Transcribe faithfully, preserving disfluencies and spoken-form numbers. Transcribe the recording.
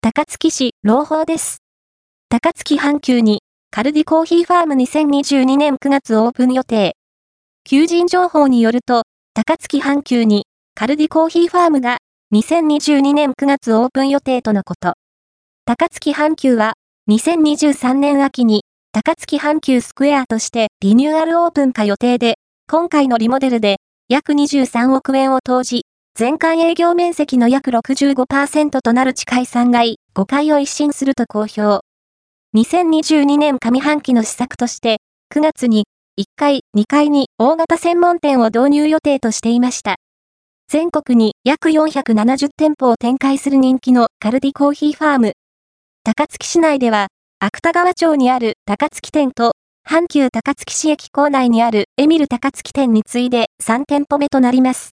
高槻市朗報です。高槻阪急にカルディコーヒーファームにせんにじゅうにねんくがつオープン予定。求人情報によると、高槻阪急にカルディコーヒーファームがにせんにじゅうにねんくがつオープン予定とのこと。高槻阪急はにせんにじゅうさんねん秋に高槻阪急スクエアとしてリニューアルオープン化予定で、今回のリモデルで約にじゅうさんおくえんを投じ、全館営業面積の約 ろくじゅうごパーセント となる地下さんがい、ごかいを一新すると公表。にせんにじゅうにねん上半期の施策として、くがつにいっかい、にかいに大型専門店を導入予定としていました。全国に約よんひゃくななじゅってんぽを展開する人気のカルディコーヒーファーム。高槻市内では、芥川町にある高槻店と、阪急高槻市駅構内にあるエミル高槻店に次いでさんてんぽめとなります。